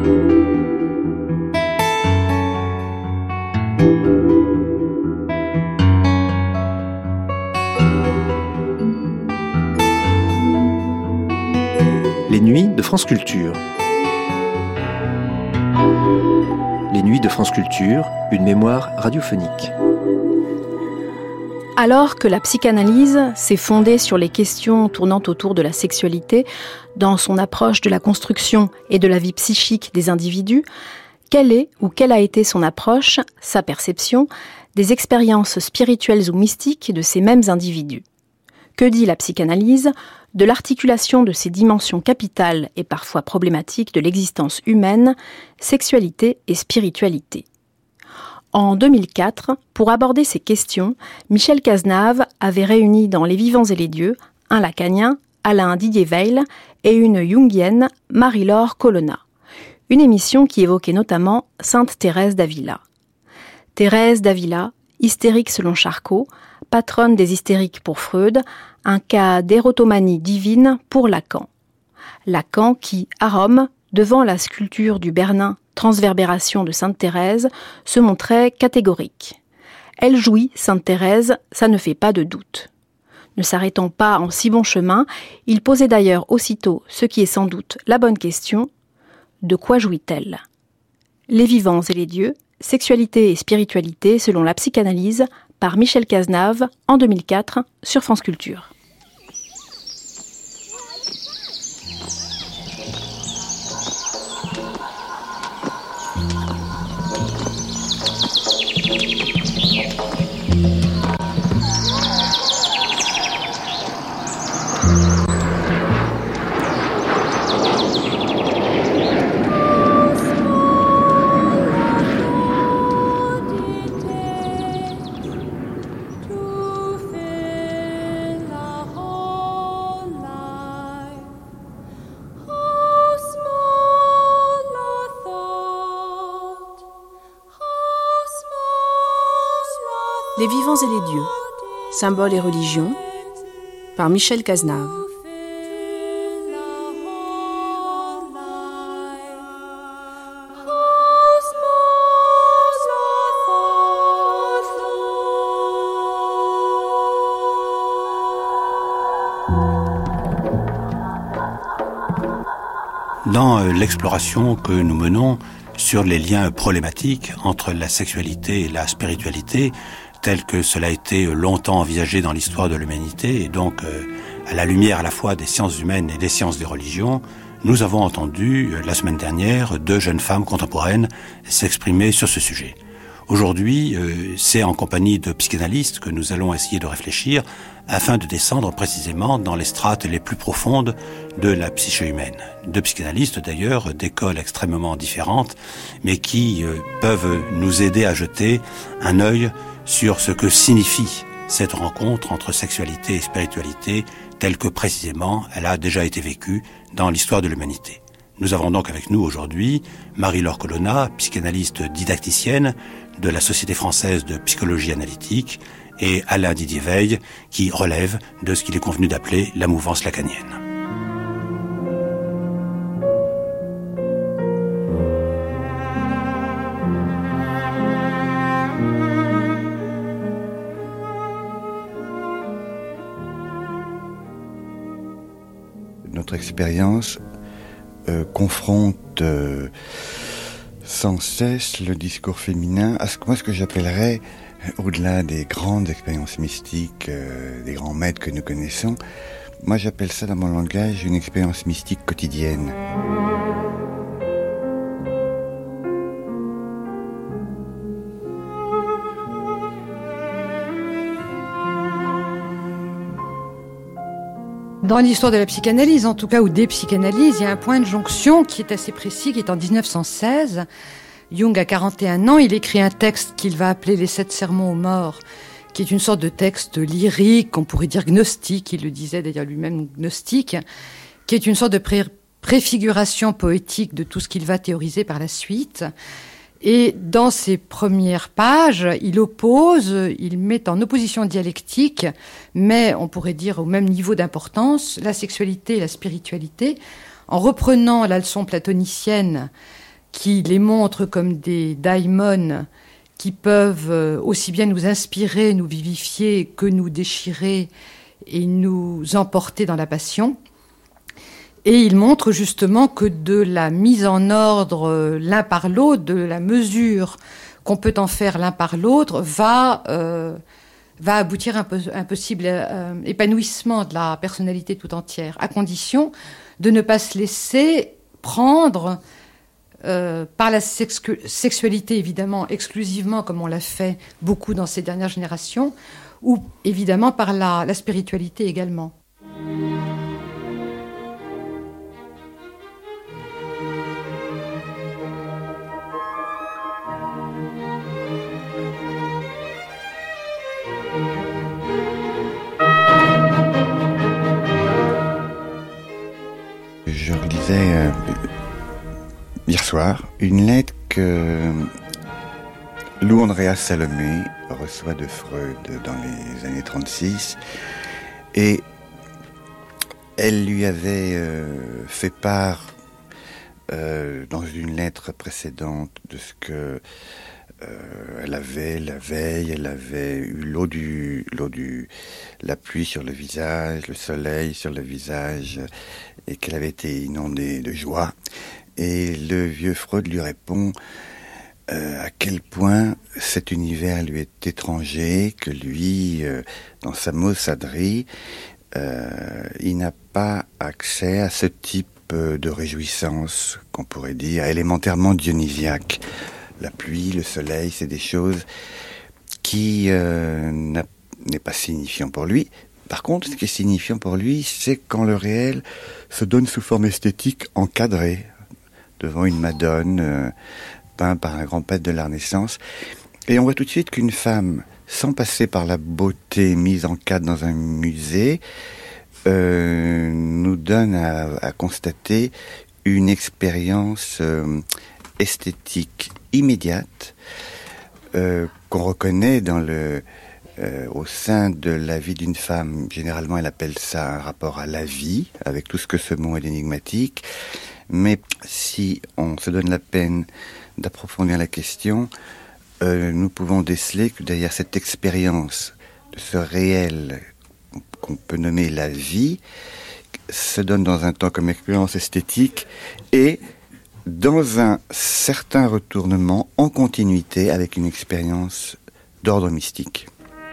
Les nuits de France Culture. Les nuits de France Culture, une mémoire radiophonique. Alors que la psychanalyse s'est fondée sur les questions tournant autour de la sexualité, dans son approche de la construction et de la vie psychique des individus, quelle est ou quelle a été son approche, sa perception, des expériences spirituelles ou mystiques de ces mêmes individus ? Que dit la psychanalyse de l'articulation de ces dimensions capitales et parfois problématiques de l'existence humaine, sexualité et spiritualité ? En 2004, pour aborder ces questions, Michel Cazenave avait réuni dans Les Vivants et les Dieux un lacanien, Alain Didier-Weil, et une jungienne, Marie-Laure Colonna. Une émission qui évoquait notamment Sainte Thérèse d'Avila. Thérèse d'Avila, hystérique selon Charcot, patronne des hystériques pour Freud, un cas d'érotomanie divine pour Lacan. Lacan qui, à Rome, devant la sculpture du Bernin Transverbération de Sainte Thérèse, se montrait catégorique. Elle jouit, Sainte Thérèse, ça ne fait pas de doute. Ne s'arrêtant pas en si bon chemin, il posait d'ailleurs aussitôt ce qui est sans doute la bonne question, de quoi jouit-elle ? Les vivants et les dieux, sexualité et spiritualité selon la psychanalyse, par Michel Cazenave, en 2004, sur France Culture. Les vivants et les dieux, symboles et religions, par Michel Cazenave. Dans l'exploration que nous menons sur les liens problématiques entre la sexualité et la spiritualité, tel que cela a été longtemps envisagé dans l'histoire de l'humanité, et donc à la lumière à la fois des sciences humaines et des sciences des religions, nous avons entendu la semaine dernière 2 jeunes femmes contemporaines s'exprimer sur ce sujet. Aujourd'hui, c'est en compagnie de psychanalystes que nous allons essayer de réfléchir afin de descendre précisément dans les strates les plus profondes de la psyché humaine. 2 psychanalystes d'ailleurs d'écoles extrêmement différentes, mais qui peuvent nous aider à jeter un œil sur ce que signifie cette rencontre entre sexualité et spiritualité telle que précisément elle a déjà été vécue dans l'histoire de l'humanité. Nous avons donc avec nous aujourd'hui Marie-Laure Colonna, psychanalyste didacticienne de la Société française de psychologie analytique, et Alain Didier-Weil, qui relève de ce qu'il est convenu d'appeler la mouvance lacanienne. Notre expérience confronte sans cesse le discours féminin à ce que j'appellerais, au-delà des grandes expériences mystiques, des grands maîtres que nous connaissons, moi j'appelle ça dans mon langage une expérience mystique quotidienne. Dans l'histoire de la psychanalyse, en tout cas, ou des psychanalyses, il y a un point de jonction qui est assez précis, qui est en 1916. Jung a 41 ans, il écrit un texte qu'il va appeler Les 7 sermons aux morts, qui est une sorte de texte lyrique, on pourrait dire gnostique, il le disait d'ailleurs lui-même gnostique, qui est une sorte de préfiguration poétique de tout ce qu'il va théoriser par la suite. Et dans ses premières pages, il met en opposition dialectique, mais on pourrait dire au même niveau d'importance, la sexualité et la spiritualité, en reprenant la leçon platonicienne qui les montre comme des daimons qui peuvent aussi bien nous inspirer, nous vivifier, que nous déchirer et nous emporter dans la passion. Et il montre justement que de la mise en ordre l'un par l'autre, de la mesure qu'on peut en faire l'un par l'autre, va aboutir à un possible épanouissement de la personnalité tout entière, à condition de ne pas se laisser prendre par la sexualité, évidemment, exclusivement, comme on l'a fait beaucoup dans ces dernières générations, ou évidemment par la spiritualité également. Je relisais hier soir une lettre que Lou Andrea Salomé reçoit de Freud dans les années 36, et elle lui avait fait part dans une lettre précédente de ce que elle avait la veille, elle avait eu la pluie sur le visage, le soleil sur le visage, et qu'elle avait été inondée de joie. Et le vieux Freud lui répond à quel point cet univers lui est étranger, que lui, dans sa maussaderie, il n'a pas accès à ce type de réjouissance, qu'on pourrait dire, élémentairement dionysiaque. La pluie, le soleil, c'est des choses qui n'est pas signifiant pour lui. Par contre, ce qui est signifiant pour lui, c'est quand le réel se donne sous forme esthétique encadrée, devant une Madone peinte par un grand peintre de la Renaissance. Et on voit tout de suite qu'une femme, sans passer par la beauté mise en cadre dans un musée, nous donne à constater une expérience esthétique immédiate qu'on reconnaît au sein de la vie d'une femme. Généralement, elle appelle ça un rapport à la vie, avec tout ce que ce mot est énigmatique. Mais si on se donne la peine d'approfondir la question, nous pouvons déceler que derrière cette expérience de ce réel qu'on peut nommer la vie, se donne dans un temps comme expérience esthétique et dans un certain retournement en continuité avec une expérience d'ordre mystique.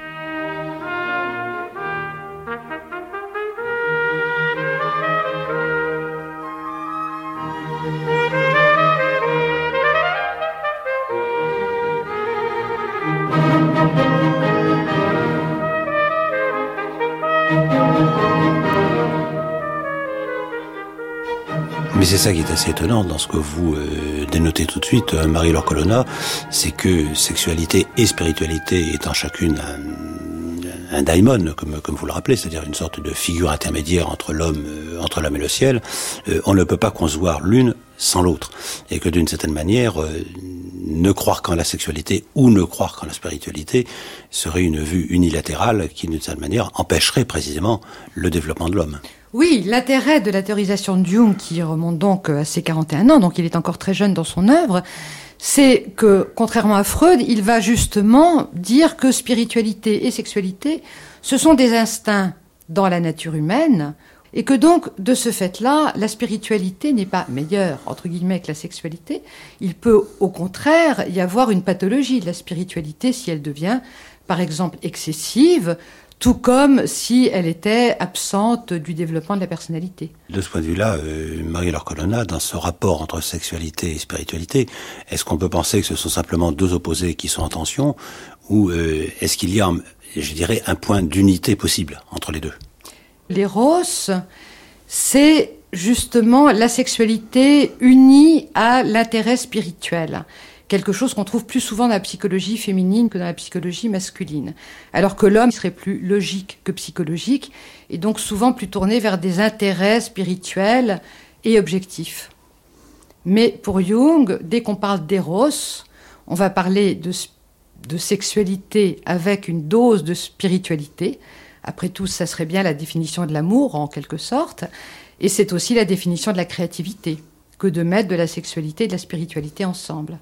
Mais c'est ça qui est assez étonnant dans ce que vous dénotez tout de suite, Marie-Laure Colonna, c'est que sexualité et spiritualité étant chacune un daimon, comme vous le rappelez, c'est-à-dire une sorte de figure intermédiaire entre l'homme et le ciel, on ne peut pas concevoir l'une sans l'autre. Et que d'une certaine manière, ne croire qu'en la sexualité ou ne croire qu'en la spiritualité serait une vue unilatérale qui, d'une certaine manière, empêcherait précisément le développement de l'homme. Oui, l'intérêt de la théorisation de Jung, qui remonte donc à ses 41 ans, donc il est encore très jeune dans son œuvre, c'est que, contrairement à Freud, il va justement dire que spiritualité et sexualité, ce sont des instincts dans la nature humaine, et que donc, de ce fait-là, la spiritualité n'est pas meilleure, entre guillemets, que la sexualité. Il peut, au contraire, y avoir une pathologie de la spiritualité si elle devient, par exemple, excessive, tout comme si elle était absente du développement de la personnalité. De ce point de vue-là, Marie-Laure Colonna, dans ce rapport entre sexualité et spiritualité, est-ce qu'on peut penser que ce sont simplement deux opposés qui sont en tension, ou est-ce qu'il y a, je dirais, un point d'unité possible entre les deux ? L'éros, c'est justement la sexualité unie à l'intérêt spirituel. Quelque chose qu'on trouve plus souvent dans la psychologie féminine que dans la psychologie masculine. Alors que l'homme serait plus logique que psychologique, et donc souvent plus tourné vers des intérêts spirituels et objectifs. Mais pour Jung, dès qu'on parle d'éros, on va parler de sexualité avec une dose de spiritualité. Après tout, ça serait bien la définition de l'amour, en quelque sorte. Et c'est aussi la définition de la créativité. que de mettre de la sexualité et de la spiritualité ensemble.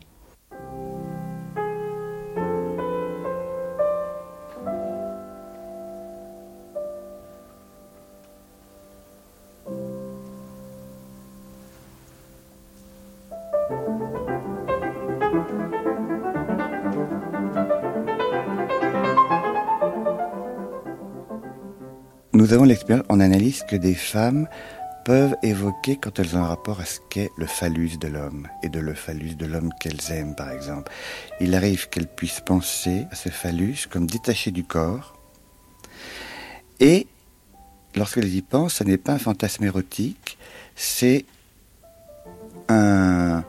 Nous avons l'expérience en analyse que des femmes peuvent évoquer quand elles ont un rapport à ce qu'est le phallus de l'homme et de le phallus de l'homme qu'elles aiment, par exemple. Il arrive qu'elles puissent penser à ce phallus comme détaché du corps. Et lorsqu'elles y pensent, ce n'est pas un fantasme érotique, c'est un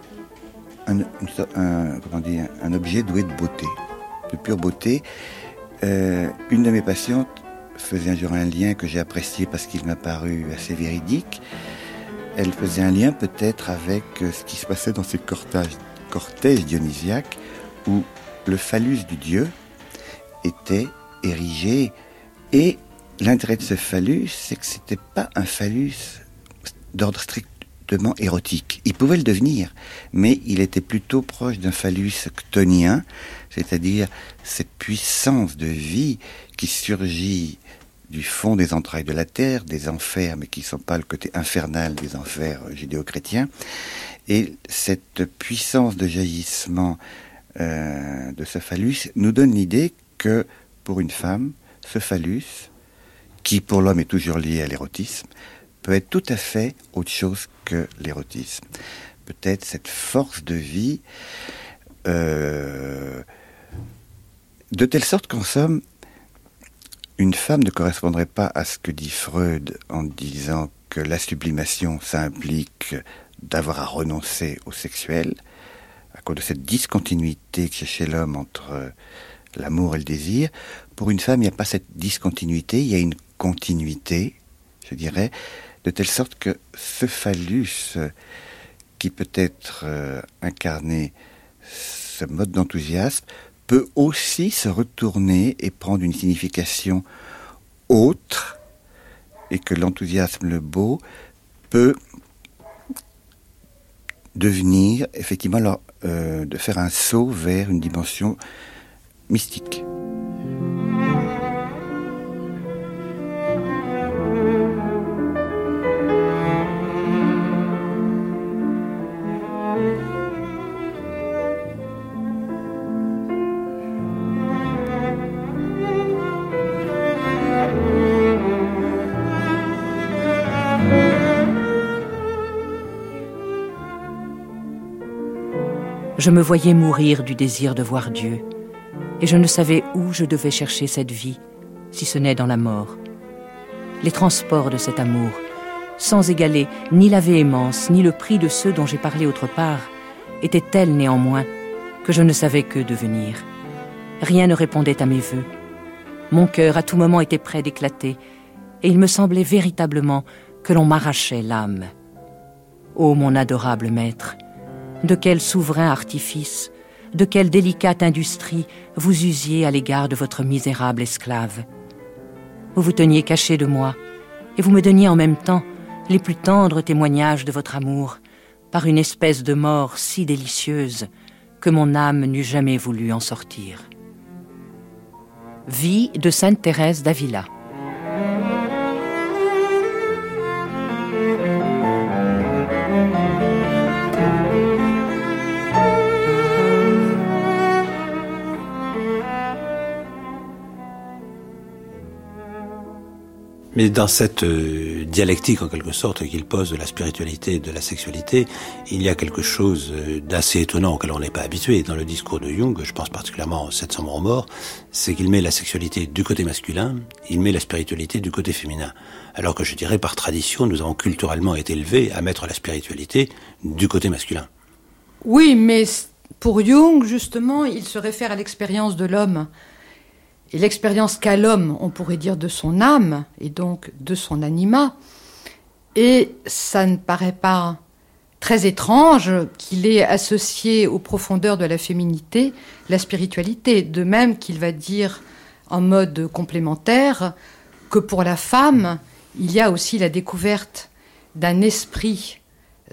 objet doué de beauté, de pure beauté. Une de mes patientes faisait un jour un lien que j'ai apprécié parce qu'il m'a paru assez véridique. Elle faisait un lien peut-être avec ce qui se passait dans ces cortèges dionysiaques où le phallus du dieu était érigé. Et l'intérêt de ce phallus, c'est que c'était pas un phallus d'ordre strictement érotique. Il pouvait le devenir, mais il était plutôt proche d'un phallus chtonien, c'est-à-dire cette puissance de vie qui surgit du fond des entrailles de la terre, des enfers, mais qui ne sont pas le côté infernal des enfers judéo-chrétiens. Et cette puissance de jaillissement de ce phallus nous donne l'idée que, pour une femme, ce phallus, qui pour l'homme est toujours lié à l'érotisme, peut être tout à fait autre chose que l'érotisme. Peut-être cette force de vie, de telle sorte qu'en somme, une femme ne correspondrait pas à ce que dit Freud en disant que la sublimation, ça implique d'avoir à renoncer au sexuel, à cause de cette discontinuité qu'il y a chez l'homme entre l'amour et le désir. Pour une femme, il n'y a pas cette discontinuité, il y a une continuité, je dirais, de telle sorte que ce phallus qui peut être incarné, ce mode d'enthousiasme, peut aussi se retourner et prendre une signification autre, et que l'enthousiasme, le beau, peut devenir, effectivement, de faire un saut vers une dimension mystique. Je me voyais mourir du désir de voir Dieu, et je ne savais où je devais chercher cette vie, si ce n'est dans la mort. Les transports de cet amour, sans égaler ni la véhémence, ni le prix de ceux dont j'ai parlé autre part, étaient tels néanmoins que je ne savais que devenir. Rien ne répondait à mes vœux. Mon cœur à tout moment était prêt d'éclater, et il me semblait véritablement que l'on m'arrachait l'âme. Ô mon adorable maître, de quel souverain artifice, de quelle délicate industrie vous usiez à l'égard de votre misérable esclave. Vous vous teniez caché de moi, et vous me donniez en même temps les plus tendres témoignages de votre amour, par une espèce de mort si délicieuse que mon âme n'eût jamais voulu en sortir. Vie de Sainte Thérèse d'Avila. Mais dans cette dialectique, en quelque sorte, qu'il pose de la spiritualité et de la sexualité, il y a quelque chose d'assez étonnant auquel on n'est pas habitué. Dans le discours de Jung, je pense particulièrement aux 700 morts morts, c'est qu'il met la sexualité du côté masculin, il met la spiritualité du côté féminin. Alors que je dirais, par tradition, nous avons culturellement été élevés à mettre la spiritualité du côté masculin. Oui, mais pour Jung, justement, il se réfère à l'expérience de l'homme. Et l'expérience qu'a l'homme, on pourrait dire, de son âme, et donc de son anima. Et ça ne paraît pas très étrange qu'il ait associé aux profondeurs de la féminité la spiritualité, de même qu'il va dire en mode complémentaire que pour la femme, il y a aussi la découverte d'un esprit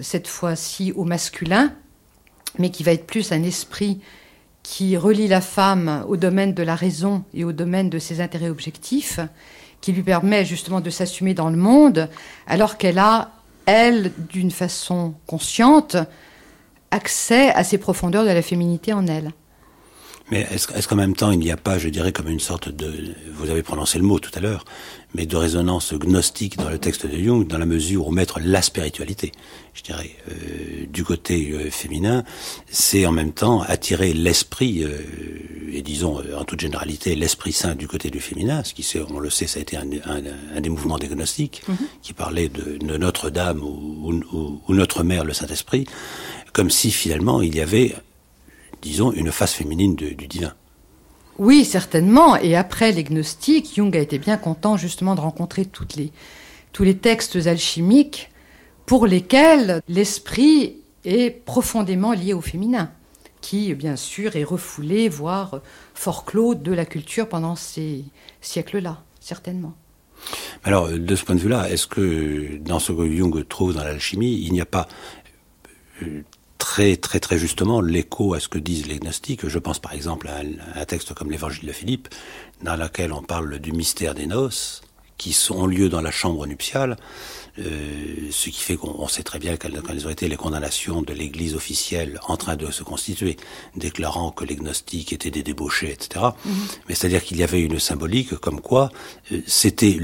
cette fois-ci au masculin, mais qui va être plus un esprit qui relie la femme au domaine de la raison et au domaine de ses intérêts objectifs, qui lui permet justement de s'assumer dans le monde, alors qu'elle a, elle, d'une façon consciente, accès à ces profondeurs de la féminité en elle. Mais est-ce qu'en même temps, il n'y a pas, je dirais, comme une sorte de... Vous avez prononcé le mot tout à l'heure, mais de résonance gnostique dans le texte de Jung, dans la mesure où mettre la spiritualité, je dirais, du côté féminin, c'est en même temps attirer l'esprit, et disons, en toute généralité, l'esprit saint du côté du féminin, ce qui, on le sait, ça a été un des mouvements des gnostiques, qui parlait de Notre-Dame ou Notre Mère, le Saint-Esprit, comme si finalement il y avait, disons, une face féminine du divin. Oui, certainement. Et après les gnostiques, Jung a été bien content justement de rencontrer tous les textes alchimiques pour lesquels l'esprit est profondément lié au féminin, qui, bien sûr, est refoulé, voire forclos de la culture pendant ces siècles-là, certainement. Alors, de ce point de vue-là, est-ce que dans ce que Jung trouve dans l'alchimie, il n'y a pas très très très justement l'écho à ce que disent les gnostiques? Je pense par exemple à un texte comme l'Évangile de Philippe, dans lequel on parle du mystère des noces, qui ont lieu dans la chambre nuptiale, ce qui fait qu'on sait très bien quelles ont été les condamnations de l'Église officielle en train de se constituer, déclarant que les gnostiques étaient des débauchés, etc. Mais c'est-à-dire qu'il y avait une symbolique comme quoi c'était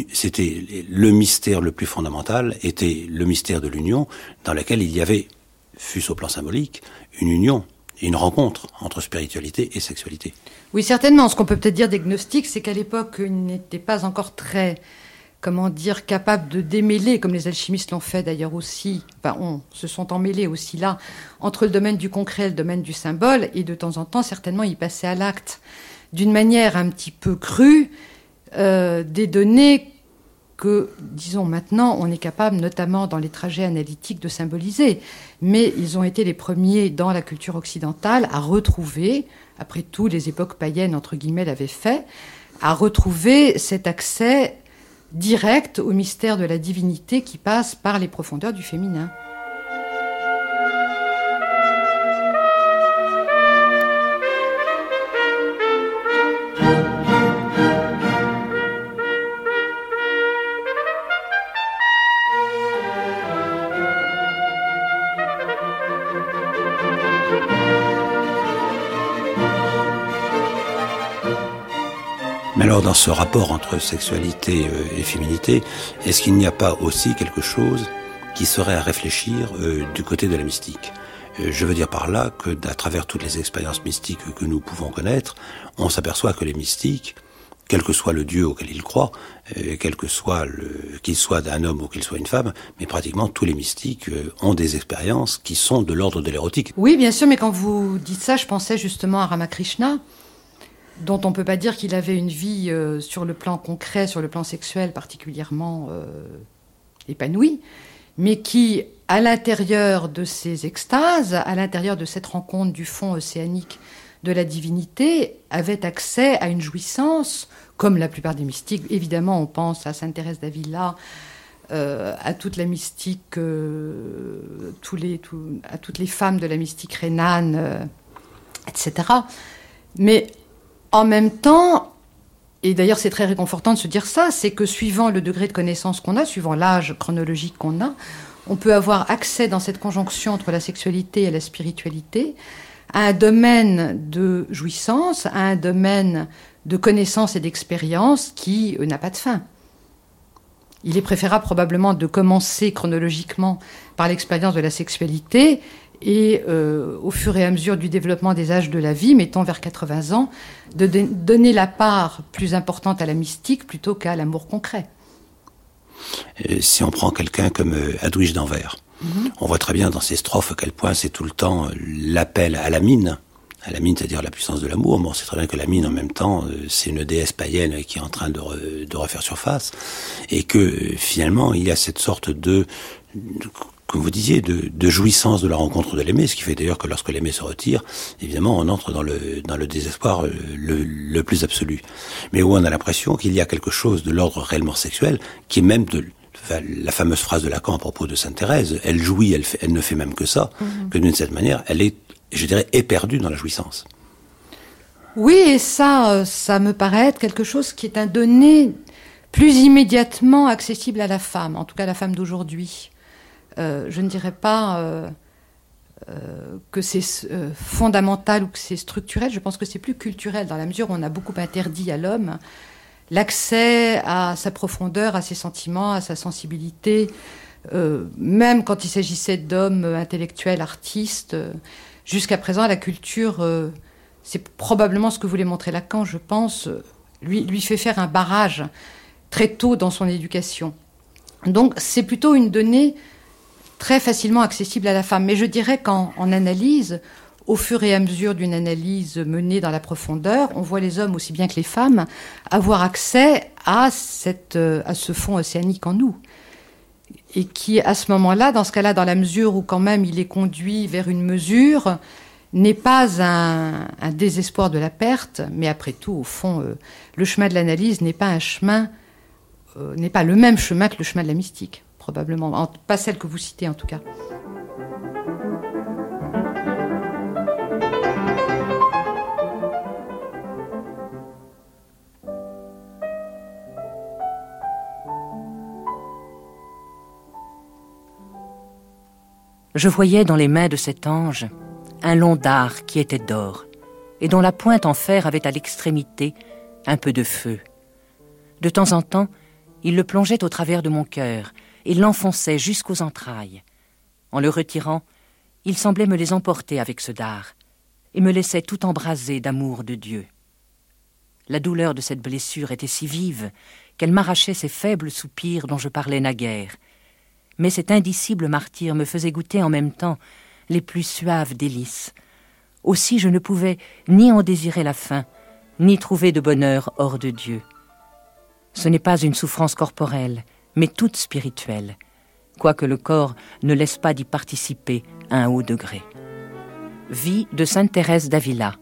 le mystère le plus fondamental, était le mystère de l'union, dans lequel il y avait, fût-ce au plan symbolique, une union, une rencontre entre spiritualité et sexualité. Oui, certainement. Ce qu'on peut peut-être dire des gnostiques, c'est qu'à l'époque, ils n'étaient pas encore très, capables de démêler, comme les alchimistes l'ont fait d'ailleurs aussi, se sont emmêlés aussi là, entre le domaine du concret et le domaine du symbole, et de temps en temps, certainement, ils passaient à l'acte d'une manière un petit peu crue, des données que, disons, maintenant, on est capable, notamment dans les trajets analytiques, de symboliser. Mais ils ont été les premiers, dans la culture occidentale, à retrouver, après tout, les époques païennes, entre guillemets, l'avaient fait, à retrouver cet accès direct au mystère de la divinité qui passe par les profondeurs du féminin. Mais alors, dans ce rapport entre sexualité et féminité, est-ce qu'il n'y a pas aussi quelque chose qui serait à réfléchir du côté de la mystique? Je veux dire par là que, à travers toutes les expériences mystiques que nous pouvons connaître, on s'aperçoit que les mystiques, quel que soit le Dieu auquel ils croient, quel que soit qu'il soit un homme ou qu'il soit une femme, mais pratiquement tous les mystiques ont des expériences qui sont de l'ordre de l'érotique. Oui, bien sûr, mais quand vous dites ça, je pensais justement à Ramakrishna, dont on ne peut pas dire qu'il avait une vie sur le plan concret, sur le plan sexuel particulièrement épanouie, mais qui, à l'intérieur de ces extases, à l'intérieur de cette rencontre du fond océanique de la divinité, avait accès à une jouissance, comme la plupart des mystiques. Évidemment, on pense à Sainte Thérèse d'Avila, à toute la mystique, à toutes les femmes de la mystique rhénane, etc. Mais en même temps, et d'ailleurs c'est très réconfortant de se dire ça, c'est que suivant le degré de connaissance qu'on a, suivant l'âge chronologique qu'on a, on peut avoir accès dans cette conjonction entre la sexualité et la spiritualité à un domaine de jouissance, à un domaine de connaissance et d'expérience qui n'a pas de fin. Il est préférable probablement de commencer chronologiquement par l'expérience de la sexualité et au fur et à mesure du développement des âges de la vie, mettons vers 80 ans, de donner la part plus importante à la mystique plutôt qu'à l'amour concret. Si on prend quelqu'un comme Hadwige d'Anvers, on voit très bien dans ses strophes à quel point c'est tout le temps l'appel à la mine, c'est-à-dire la puissance de l'amour. Bon, c'est très bien que la mine, en même temps, c'est une déesse païenne qui est en train de refaire surface, et que finalement, il y a cette sorte comme vous disiez, de jouissance de la rencontre de l'aimé, ce qui fait d'ailleurs que lorsque l'aimé se retire, évidemment, on entre dans le désespoir le plus absolu. Mais où on a l'impression qu'il y a quelque chose de l'ordre réellement sexuel, qui est même la fameuse phrase de Lacan à propos de Sainte Thérèse, elle jouit, elle ne fait même que ça, que d'une certaine manière, elle est, je dirais, éperdue dans la jouissance. Oui, et ça me paraît être quelque chose qui est un donné plus immédiatement accessible à la femme, en tout cas la femme d'aujourd'hui. Je ne dirais pas que c'est fondamental ou que c'est structurel, je pense que c'est plus culturel, dans la mesure où on a beaucoup interdit à l'homme l'accès à sa profondeur, à ses sentiments, à sa sensibilité, même quand il s'agissait d'hommes intellectuels, artistes. Jusqu'à présent, la culture, c'est probablement ce que voulait montrer Lacan, je pense, lui fait faire un barrage très tôt dans son éducation. Donc c'est plutôt une donnée très facilement accessible à la femme. Mais je dirais qu'en analyse, au fur et à mesure d'une analyse menée dans la profondeur, on voit les hommes aussi bien que les femmes avoir accès à ce fond océanique en nous. Et qui, à ce moment-là, dans ce cas-là, dans la mesure où quand même il est conduit vers une mesure, n'est pas un désespoir de la perte, mais après tout, au fond, le chemin de l'analyse n'est pas n'est pas le même chemin que le chemin de la mystique, probablement. Pas celle que vous citez, en tout cas. Je voyais dans les mains de cet ange un long dard qui était d'or, et dont la pointe en fer avait à l'extrémité un peu de feu. De temps en temps, il le plongeait au travers de mon cœur et l'enfonçait jusqu'aux entrailles. En le retirant, il semblait me les emporter avec ce dard, et me laissait tout embrasé d'amour de Dieu. La douleur de cette blessure était si vive qu'elle m'arrachait ces faibles soupirs dont je parlais naguère. Mais cet indicible martyre me faisait goûter en même temps les plus suaves délices. Aussi je ne pouvais ni en désirer la fin, ni trouver de bonheur hors de Dieu. Ce n'est pas une souffrance corporelle, mais toute spirituelle, quoique le corps ne laisse pas d'y participer à un haut degré. Vie de Sainte Thérèse d'Avila.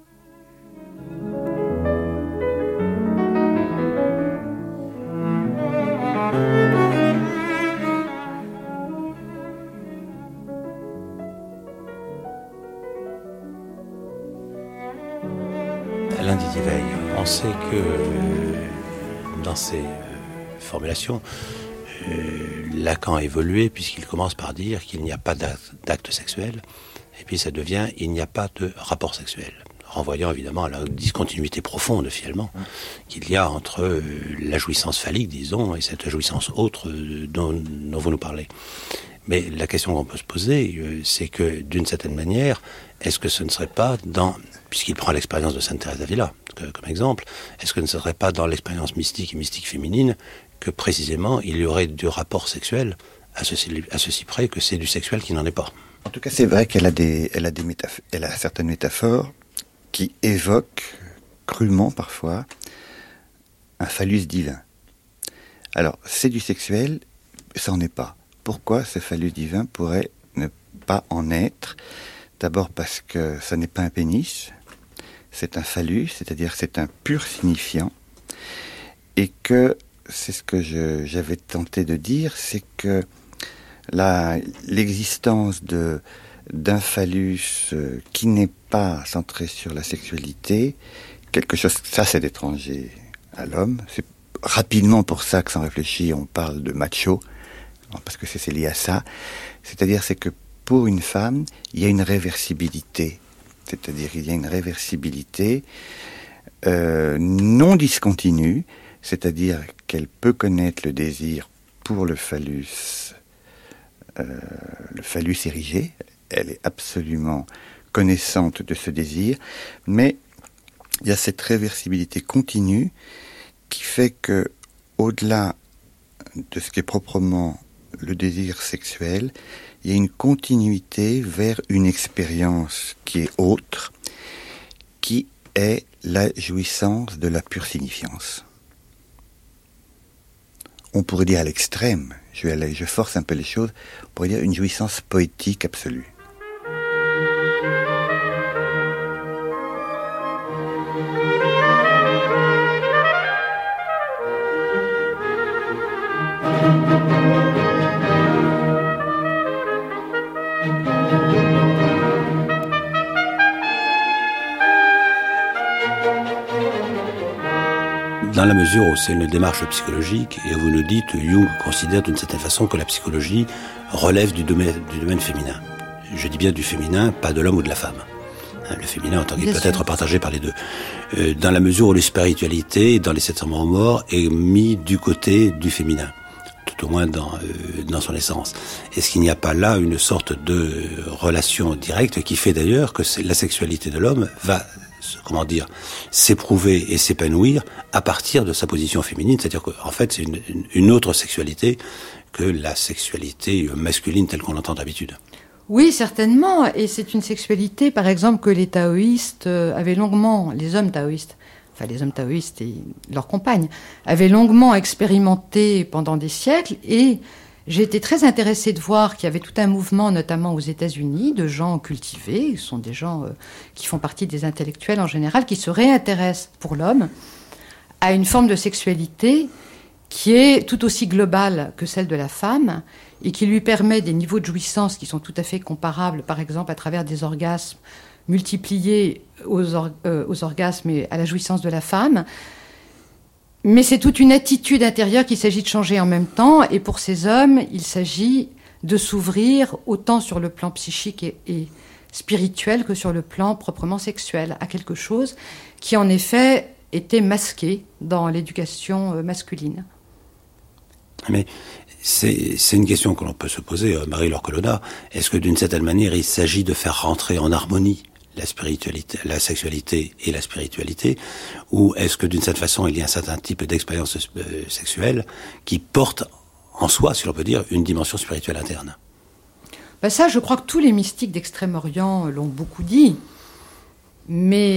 Lundi d'Iveil, on sait que dans ces formulations, Lacan a évolué puisqu'il commence par dire qu'il n'y a pas d'acte sexuel, et puis ça devient « il n'y a pas de rapport sexuel », renvoyant évidemment à la discontinuité profonde finalement qu'il y a entre la jouissance phallique, disons, et cette jouissance autre dont vous nous parlez. Mais la question qu'on peut se poser, c'est que d'une certaine manière, est-ce que ce ne serait pas puisqu'il prend l'expérience de Sainte Thérèse d'Avila comme exemple, est-ce que ce ne serait pas dans l'expérience mystique et mystique féminine que précisément il y aurait du rapport sexuel à ceci près que c'est du sexuel qui n'en est pas? En tout cas, c'est vrai qu'elle a certaines métaphores qui évoquent crûment parfois un phallus divin. Alors, c'est du sexuel, ça n'en est pas. Pourquoi ce phallus divin pourrait ne pas en être? D'abord parce que ça n'est pas un pénis, c'est un phallus, c'est-à-dire c'est un pur signifiant, et que c'est ce que j'avais tenté de dire, c'est que l'existence d'un phallus qui n'est pas centré sur la sexualité, quelque chose, ça c'est d'étranger à l'homme. C'est rapidement pour ça que sans réfléchir on parle de macho, parce que c'est lié à ça. C'est-à-dire c'est que pour une femme, il y a une réversibilité. C'est-à-dire il y a une réversibilité non discontinue, c'est-à-dire qu'elle peut connaître le désir pour le phallus érigé. Elle est absolument connaissante de ce désir, mais il y a cette réversibilité continue qui fait que, au-delà de ce qui est proprement le désir sexuel, il y a une continuité vers une expérience qui est autre, qui est la jouissance de la pure signifiance. On pourrait dire à l'extrême, je force un peu les choses, on pourrait dire une jouissance poétique absolue. Dans la mesure où c'est une démarche psychologique, et vous nous dites, Jung considère d'une certaine façon que la psychologie relève du domaine féminin. Je dis bien du féminin, pas de l'homme ou de la femme. Le féminin en tant qu'il peut être partagé par les deux. Dans la mesure où la spiritualité, dans les 700 morts, est mis du côté du féminin, tout au moins dans son essence. Est-ce qu'il n'y a pas là une sorte de relation directe qui fait d'ailleurs que la sexualité de l'homme va, s'éprouver et s'épanouir à partir de sa position féminine, c'est-à-dire qu'en fait c'est une autre sexualité que la sexualité masculine telle qu'on l'entend d'habitude. Oui, certainement, et c'est une sexualité, par exemple, que les taoïstes avaient longuement, les hommes taoïstes et leurs compagnes, avaient longuement expérimenté pendant des siècles, et j'ai été très intéressée de voir qu'il y avait tout un mouvement, notamment aux États-Unis, de gens cultivés, ce sont des gens qui font partie des intellectuels en général, qui se réintéressent pour l'homme à une forme de sexualité qui est tout aussi globale que celle de la femme, et qui lui permet des niveaux de jouissance qui sont tout à fait comparables, par exemple à travers des orgasmes multipliés aux orgasmes et à la jouissance de la femme. Mais c'est toute une attitude intérieure qu'il s'agit de changer en même temps, et pour ces hommes, il s'agit de s'ouvrir autant sur le plan psychique et spirituel que sur le plan proprement sexuel, à quelque chose qui en effet était masqué dans l'éducation masculine. Mais c'est une question que l'on peut se poser, Marie-Laure Colonna. Est-ce que d'une certaine manière, il s'agit de faire rentrer en harmonie la spiritualité, la sexualité et la spiritualité, ou est-ce que d'une certaine façon, il y a un certain type d'expérience sexuelle qui porte en soi, si l'on peut dire, une dimension spirituelle interne? Ça, je crois que tous les mystiques d'Extrême-Orient l'ont beaucoup dit, mais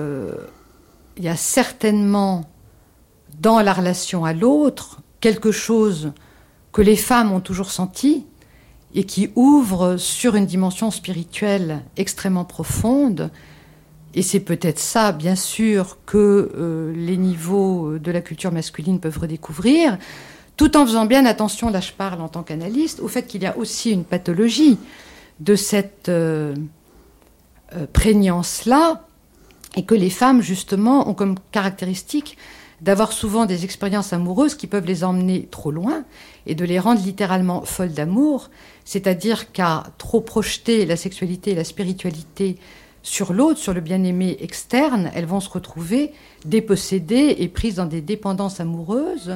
il y a certainement dans la relation à l'autre quelque chose que les femmes ont toujours senti et qui ouvre sur une dimension spirituelle extrêmement profonde. Et c'est peut-être ça, bien sûr, que les niveaux de la culture masculine peuvent redécouvrir, tout en faisant bien attention, là je parle en tant qu'analyste, au fait qu'il y a aussi une pathologie de cette prégnance-là, et que les femmes, justement, ont comme caractéristique d'avoir souvent des expériences amoureuses qui peuvent les emmener trop loin et de les rendre littéralement folles d'amour, c'est-à-dire qu'à trop projeter la sexualité et la spiritualité sur l'autre, sur le bien-aimé externe, elles vont se retrouver dépossédées et prises dans des dépendances amoureuses.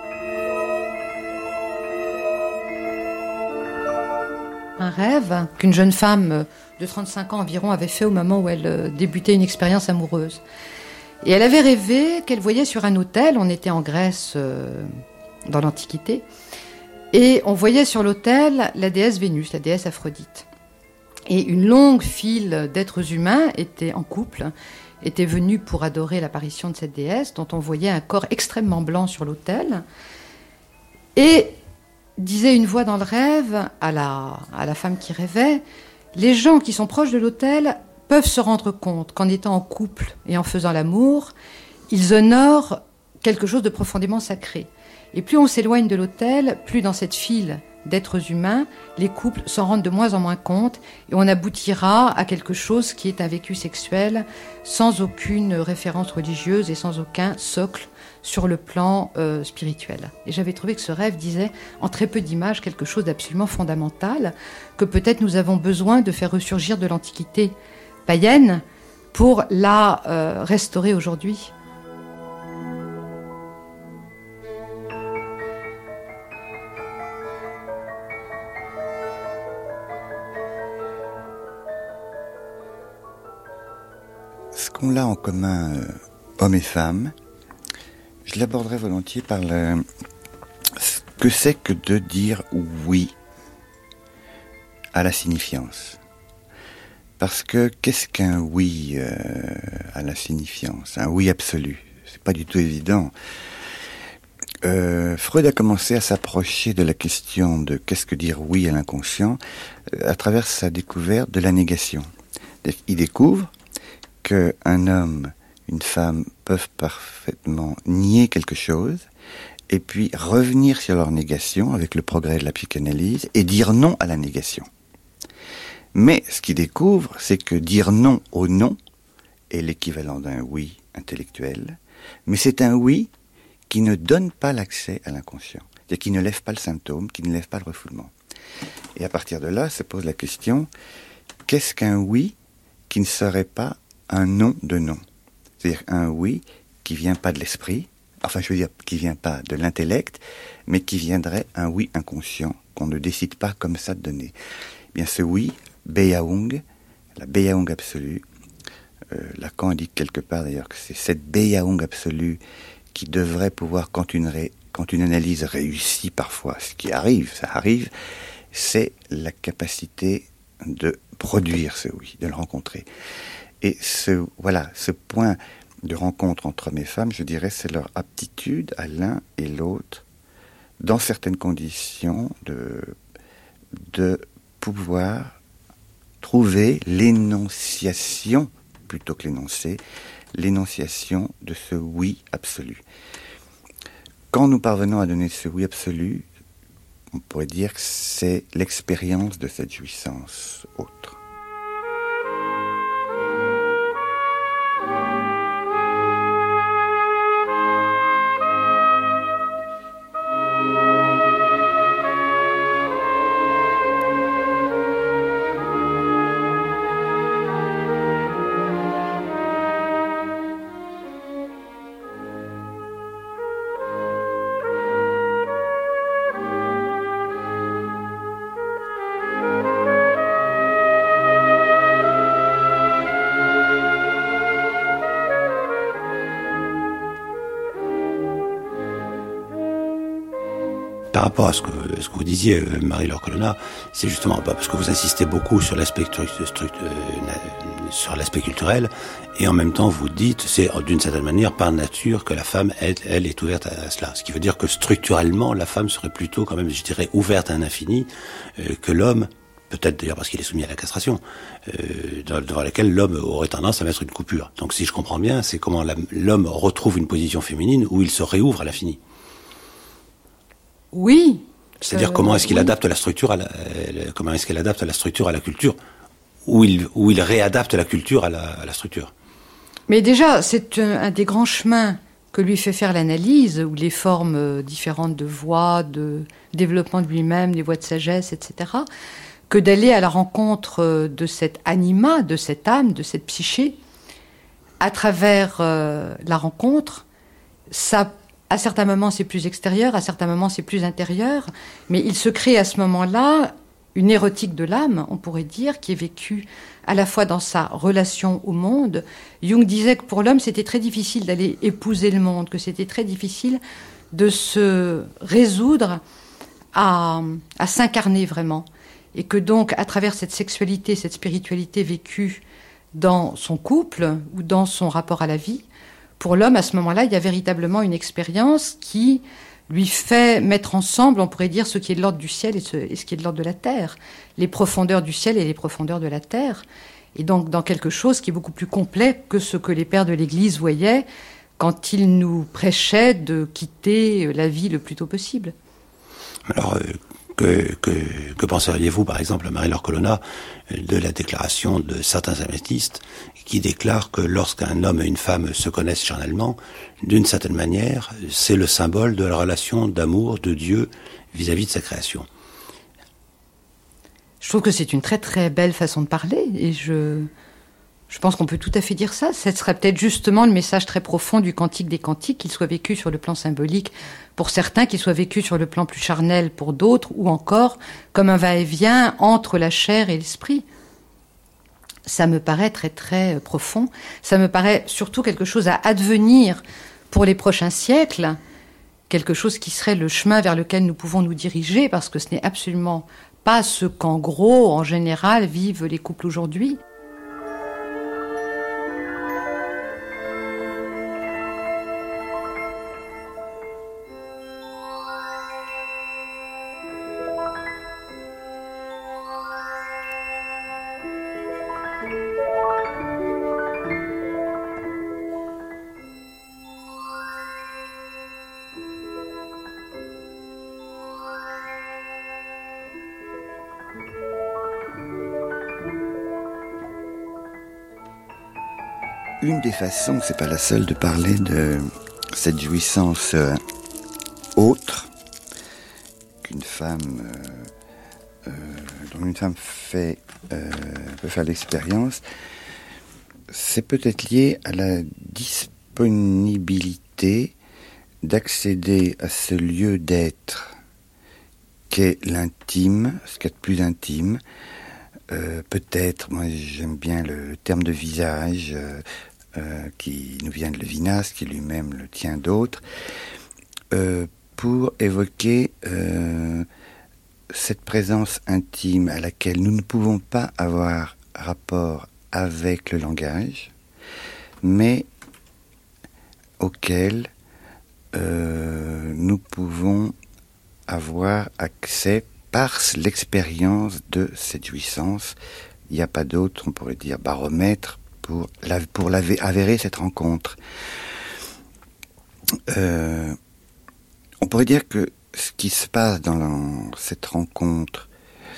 Un rêve qu'une jeune femme de 35 ans environ avait fait au moment où elle débutait une expérience amoureuse. Et elle avait rêvé qu'elle voyait sur un autel, on était en Grèce dans l'Antiquité, et on voyait sur l'autel la déesse Vénus, la déesse Aphrodite. Et une longue file d'êtres humains étaient en couple, étaient venus pour adorer l'apparition de cette déesse, dont on voyait un corps extrêmement blanc sur l'autel. Et disait une voix dans le rêve à la femme qui rêvait, les gens qui sont proches de l'autel peuvent se rendre compte qu'en étant en couple et en faisant l'amour, ils honorent quelque chose de profondément sacré. Et plus on s'éloigne de l'autel, plus dans cette file d'êtres humains, les couples s'en rendent de moins en moins compte et on aboutira à quelque chose qui est un vécu sexuel sans aucune référence religieuse et sans aucun socle sur le plan spirituel. Et j'avais trouvé que ce rêve disait, en très peu d'images, quelque chose d'absolument fondamental, que peut-être nous avons besoin de faire ressurgir de l'Antiquité païenne pour la restaurer aujourd'hui. Ce qu'on a en commun, hommes et femmes, je l'aborderai volontiers par ce que c'est que de dire oui à la signifiance. Parce que qu'est-ce qu'un oui à la signifiance? Un oui absolu, c'est pas du tout évident. Freud a commencé à s'approcher de la question de qu'est-ce que dire oui à l'inconscient à travers sa découverte de la négation. Il découvre qu'un homme, une femme peuvent parfaitement nier quelque chose et puis revenir sur leur négation avec le progrès de la psychanalyse et dire non à la négation. Mais ce qu'il découvre, c'est que dire non au non est l'équivalent d'un oui intellectuel, mais c'est un oui qui ne donne pas l'accès à l'inconscient. C'est-à-dire qui ne lève pas le symptôme, qui ne lève pas le refoulement. Et à partir de là, se pose la question, qu'est-ce qu'un oui qui ne serait pas un non de non? C'est-à-dire un oui qui vient pas de l'esprit, enfin je veux dire qui vient pas de l'intellect, mais qui viendrait un oui inconscient, qu'on ne décide pas comme ça de donner. Eh bien ce oui, Beyaung, la Beyaung absolue, Lacan indique quelque part d'ailleurs que c'est cette Beyaung absolue qui devrait pouvoir, quand une analyse réussit parfois, ce qui arrive, ça arrive, c'est la capacité de produire ce oui, de le rencontrer. Et ce point de rencontre entre hommes et femmes, je dirais, c'est leur aptitude à l'un et l'autre, dans certaines conditions, de pouvoir trouver l'énonciation, plutôt que l'énoncé, l'énonciation de ce oui absolu. Quand nous parvenons à donner ce oui absolu, on pourrait dire que c'est l'expérience de cette jouissance autre. Par rapport à ce que vous disiez, Marie-Laure Colonna, c'est justement parce que vous insistez beaucoup sur l'aspect culturel, et en même temps vous dites, c'est d'une certaine manière par nature que la femme, elle est ouverte à cela. Ce qui veut dire que structurellement, la femme serait plutôt quand même, je dirais, ouverte à un infini, que l'homme, peut-être d'ailleurs parce qu'il est soumis à la castration, devant laquelle l'homme aurait tendance à mettre une coupure. Donc si je comprends bien, c'est comment l'homme retrouve une position féminine où il se réouvre à l'infini. Oui. C'est-à-dire comment est-ce qu'il adapte la structure comment est-ce qu'elle adapte la structure à la culture, où il réadapte la culture à la structure. Mais déjà, c'est un des grands chemins que lui fait faire l'analyse, où les formes différentes de voix, de développement de lui-même, des voies de sagesse, etc., que d'aller à la rencontre de cet anima, de cette âme, de cette psyché, à travers la rencontre. Ça, à certains moments, c'est plus extérieur, à certains moments, c'est plus intérieur, mais il se crée à ce moment-là une érotique de l'âme, on pourrait dire, qui est vécue à la fois dans sa relation au monde. Jung disait que pour l'homme, c'était très difficile d'aller épouser le monde, que c'était très difficile de se résoudre à s'incarner vraiment. Et que donc, à travers cette sexualité, cette spiritualité vécue dans son couple ou dans son rapport à la vie, pour l'homme, à ce moment-là, il y a véritablement une expérience qui lui fait mettre ensemble, on pourrait dire, ce qui est de l'ordre du ciel et ce qui est de l'ordre de la terre, les profondeurs du ciel et les profondeurs de la terre, et donc dans quelque chose qui est beaucoup plus complet que ce que les pères de l'Église voyaient quand ils nous prêchaient de quitter la vie le plus tôt possible. Alors, que penseriez-vous, par exemple, Marie-Laure Colonna, de la déclaration de certains hermétistes qui déclarent que lorsqu'un homme et une femme se connaissent charnellement, d'une certaine manière, c'est le symbole de la relation d'amour de Dieu vis-à-vis de sa création? Je trouve que c'est une très très belle façon de parler, et je pense qu'on peut tout à fait dire ça. Ce serait peut-être justement le message très profond du Cantique des Cantiques, qu'il soit vécu sur le plan symbolique pour certains, qu'il soit vécu sur le plan plus charnel pour d'autres, ou encore comme un va-et-vient entre la chair et l'esprit. Ça me paraît très très profond. Ça me paraît surtout quelque chose à advenir pour les prochains siècles, quelque chose qui serait le chemin vers lequel nous pouvons nous diriger, parce que ce n'est absolument pas ce qu'en gros, en général, vivent les couples aujourd'hui. Une des façons, c'est pas la seule, de parler de cette jouissance autre qu'une femme, dont une femme peut faire l'expérience, c'est peut-être lié à la disponibilité d'accéder à ce lieu d'être qu'est l'intime, ce qu'il y a de plus intime. Peut-être, moi j'aime bien le terme de visage qui nous vient de Lévinas, qui lui-même le tient d'autres, pour évoquer cette présence intime à laquelle nous ne pouvons pas avoir rapport avec le langage, mais auquel nous pouvons avoir accès par l'expérience de cette jouissance. Il n'y a pas d'autre, on pourrait dire, baromètre pour avérer cette rencontre. On pourrait dire que ce qui se passe dans cette rencontre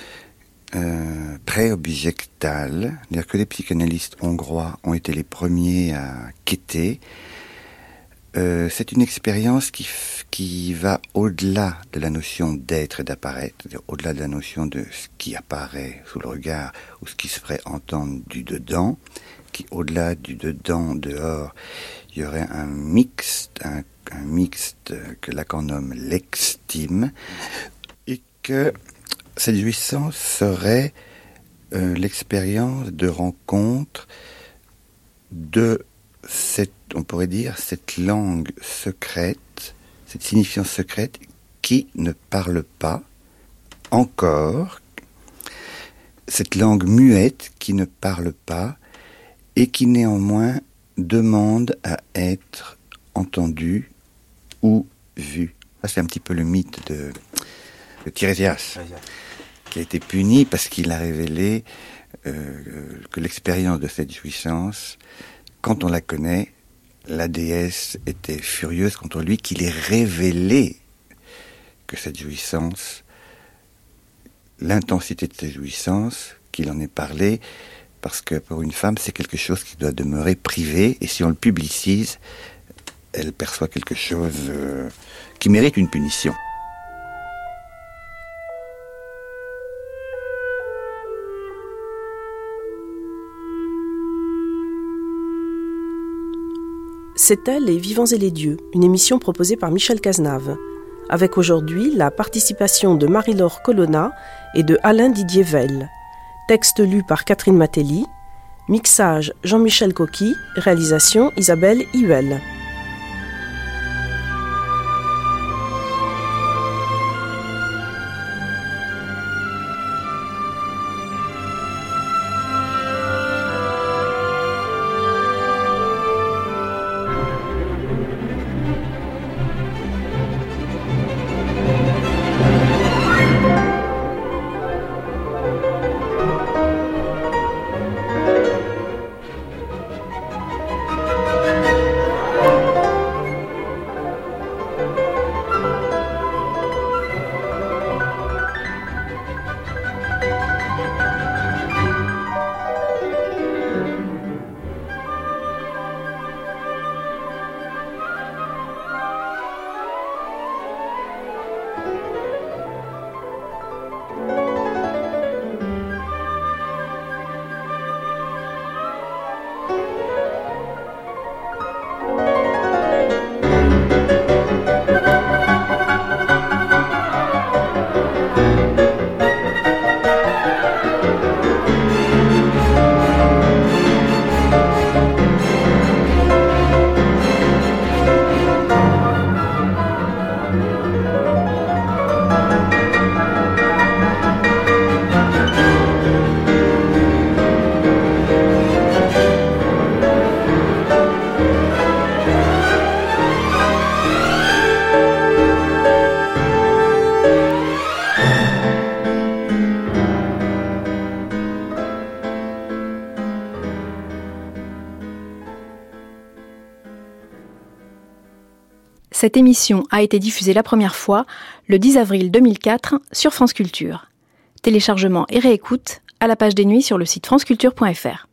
pré-objectale, c'est-à-dire que les psychanalystes hongrois ont été les premiers à quêter, c'est une expérience qui va au-delà de la notion d'être et d'apparaître, c'est-à-dire au-delà de la notion de ce qui apparaît sous le regard ou ce qui se ferait entendre du dedans, qui au-delà du dedans, dehors, il y aurait un mixte que Lacan nomme l'extime, et que cette jouissance serait l'expérience de rencontre de on pourrait dire, cette langue secrète, cette signification secrète qui ne parle pas encore, cette langue muette qui ne parle pas et qui néanmoins demande à être entendue ou vue. Ça, c'est un petit peu le mythe de Tirésias, qui a été puni parce qu'il a révélé que l'expérience de cette jouissance, quand on la connaît, la déesse était furieuse contre lui qu'il ait révélé que cette jouissance, l'intensité de cette jouissance, qu'il en ait parlé, parce que pour une femme, c'est quelque chose qui doit demeurer privé, et si on le publicise, elle perçoit quelque chose qui mérite une punition. C'était Les Vivants et les Dieux, une émission proposée par Michel Cazenave, avec aujourd'hui la participation de Marie-Laure Colonna et de Alain Didier Veil. Texte lu par Catherine Matelli, mixage Jean-Michel Coqui, réalisation Isabelle Huel. Cette émission a été diffusée la première fois le 10 avril 2004 sur France Culture. Téléchargement et réécoute à la page des nuits sur le site franceculture.fr.